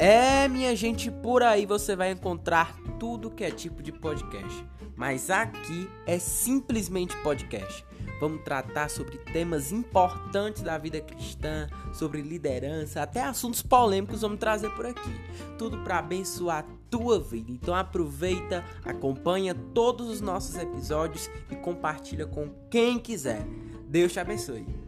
Minha gente, por aí você vai encontrar tudo que é tipo de podcast. Mas aqui é simplesmente podcast. Vamos tratar sobre temas importantes da vida cristã, sobre liderança, até assuntos polêmicos vamos trazer por aqui. Tudo para abençoar a tua vida. Então aproveita, acompanha todos os nossos episódios e compartilha com quem quiser. Deus te abençoe.